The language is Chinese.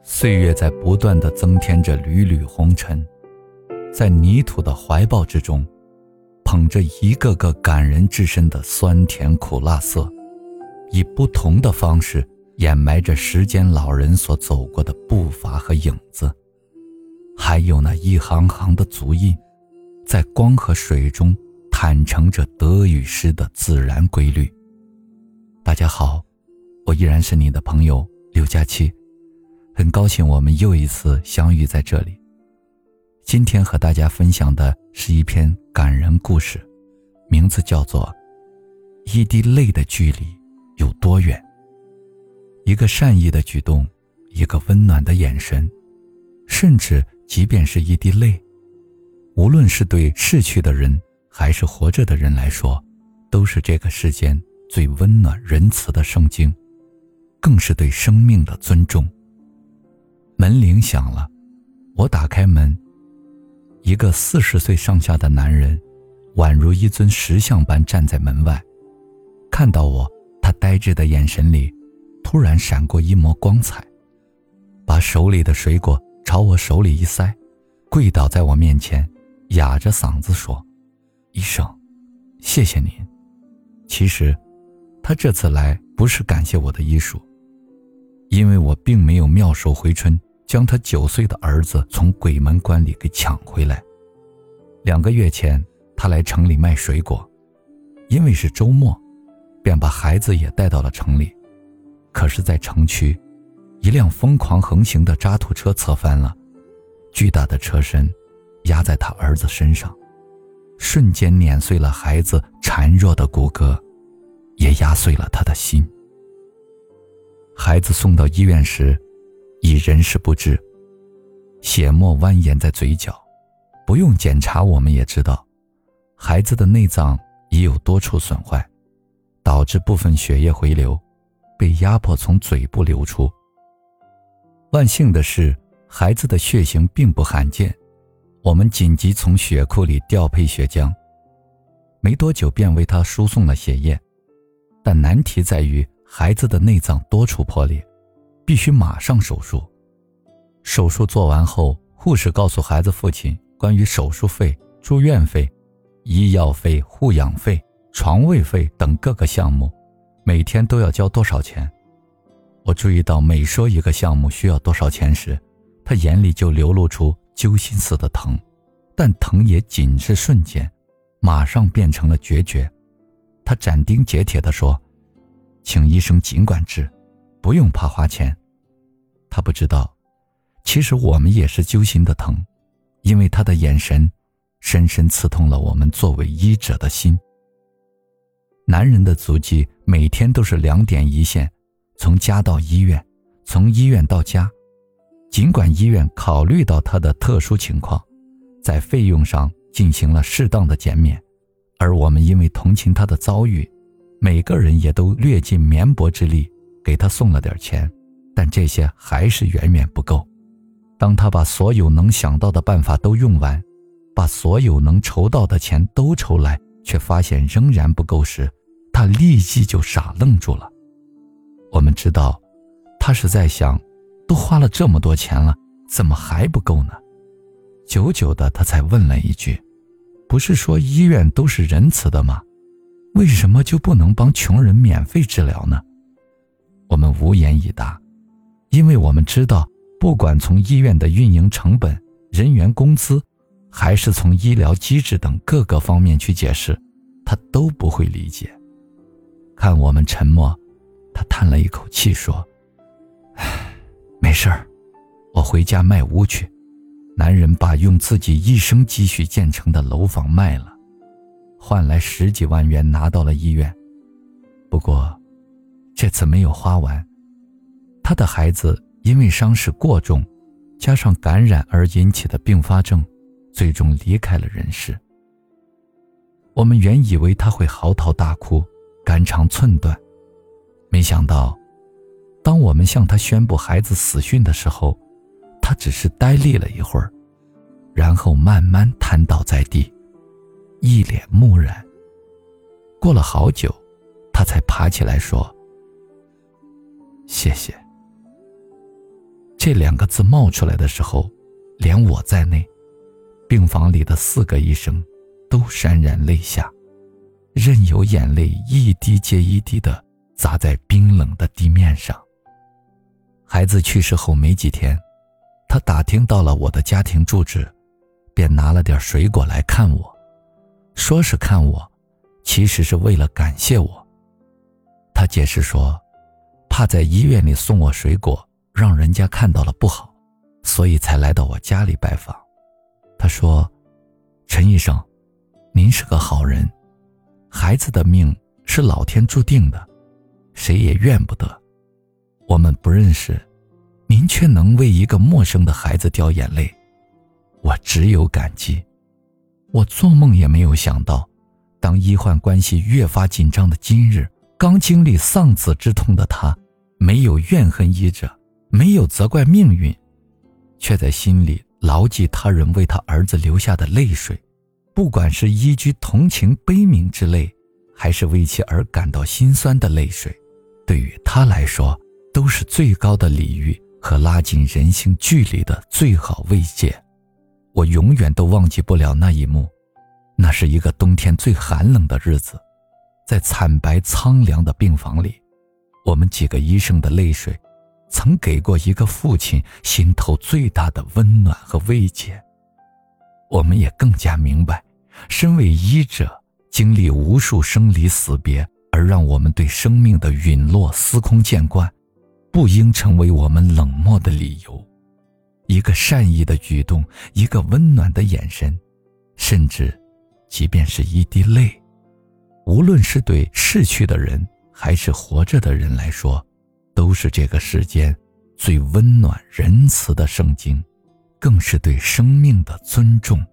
岁月在不断地增添着缕缕红尘，在泥土的怀抱之中，捧着一个个感人至深的酸甜苦辣涩，以不同的方式掩埋着时间老人所走过的步伐和影子，还有那一行行的足印，在光和水中坦诚着得与失的自然规律。大家好，我依然是你的朋友刘佳期，很高兴我们又一次相遇在这里。今天和大家分享的是一篇感人故事，名字叫做《一滴泪的距离有多远》。一个善意的举动，一个温暖的眼神，甚至即便是一滴泪，无论是对逝去的人还是活着的人来说，都是这个世间最温暖仁慈的圣经，更是对生命的尊重。门铃响了，我打开门，一个40岁上下的男人宛如一尊石像般站在门外，看到我，他呆滞的眼神里突然闪过一抹光彩，把手里的水果朝我手里一塞，跪倒在我面前，哑着嗓子说：医生，谢谢您。其实他这次来不是感谢我的医术，因为我并没有妙手回春将他9岁的儿子从鬼门关里给抢回来。2个月前他来城里卖水果，因为是周末，便把孩子也带到了城里。可是在城区，一辆疯狂横行的渣土车侧翻了，巨大的车身压在他儿子身上，瞬间碾碎了孩子孱弱的骨骼，也压碎了他的心。孩子送到医院时已人事不知，血沫蜿蜒在嘴角，不用检查我们也知道，孩子的内脏已有多处损坏，导致部分血液回流，被压迫从嘴部流出。万幸的是，孩子的血型并不罕见，我们紧急从血库里调配血浆，没多久便为他输送了血液。但难题在于孩子的内脏多处破裂，必须马上手术。手术做完后，护士告诉孩子父亲关于手术费、住院费、医药费、护养费、床位费等各个项目，每天都要交多少钱。我注意到每说一个项目需要多少钱时，他眼里就流露出揪心似的疼，但疼也仅是瞬间，马上变成了决绝。他斩钉截铁地说：请医生尽管治，不用怕花钱。他不知道，其实我们也是揪心的疼，因为他的眼神深深刺痛了我们作为医者的心。男人的足迹每天都是2点一线，从家到医院，从医院到家。尽管医院考虑到他的特殊情况，在费用上进行了适当的减免，而我们因为同情他的遭遇，每个人也都略尽绵薄之力给他送了点钱，但这些还是远远不够。当他把所有能想到的办法都用完，把所有能筹到的钱都筹来，却发现仍然不够时，他立即就傻愣住了。我们知道他是在想，都花了这么多钱了，怎么还不够呢？久久的他才问了一句：不是说医院都是仁慈的吗？为什么就不能帮穷人免费治疗呢？我们无言以答，因为我们知道，不管从医院的运营成本、人员工资，还是从医疗机制等各个方面去解释，他都不会理解。看我们沉默，他叹了一口气说：没事儿，我回家卖屋去。男人把用自己一生积蓄建成的楼房卖了，换来10几万元拿到了医院。不过这次没有花完，他的孩子因为伤势过重，加上感染而引起的并发症，最终离开了人世。我们原以为他会嚎啕大哭，肝肠寸断，没想到当我们向他宣布孩子死讯的时候，他只是呆立了一会儿，然后慢慢瘫倒在地，一脸木然。过了好久，他才爬起来说：谢谢。 这2个字冒出来的时候，连我在内，病房里的4个医生都潸然泪下，任由眼泪一滴接一滴地砸在冰冷的地面上。孩子去世后没几天，他打听到了我的家庭住址，便拿了点水果来看我，说是看我，其实是为了感谢我。他解释说，怕在医院里送我水果让人家看到了不好，所以才来到我家里拜访。他说，陈医生，您是个好人，孩子的命是老天注定的，谁也怨不得。我们不认识，您却能为一个陌生的孩子掉眼泪，我只有感激。我做梦也没有想到，当医患关系越发紧张的今日，刚经历丧子之痛的他，没有怨恨医者，没有责怪命运，却在心里牢记他人为他儿子流下的泪水，不管是依据同情悲悯之泪，还是为其而感到心酸的泪水，对于他来说都是最高的礼遇和拉近人性距离的最好慰藉。我永远都忘记不了那一幕，那是一个冬天最寒冷的日子，在惨白苍凉的病房里，我们几个医生的泪水曾给过一个父亲心头最大的温暖和慰藉。我们也更加明白，身为医者，经历无数生离死别，而让我们对生命的陨落司空见惯，不应成为我们冷漠的理由。一个善意的举动，一个温暖的眼神，甚至即便是一滴泪，无论是对逝去的人还是活着的人来说，都是这个世间最温暖仁慈的圣经，更是对生命的尊重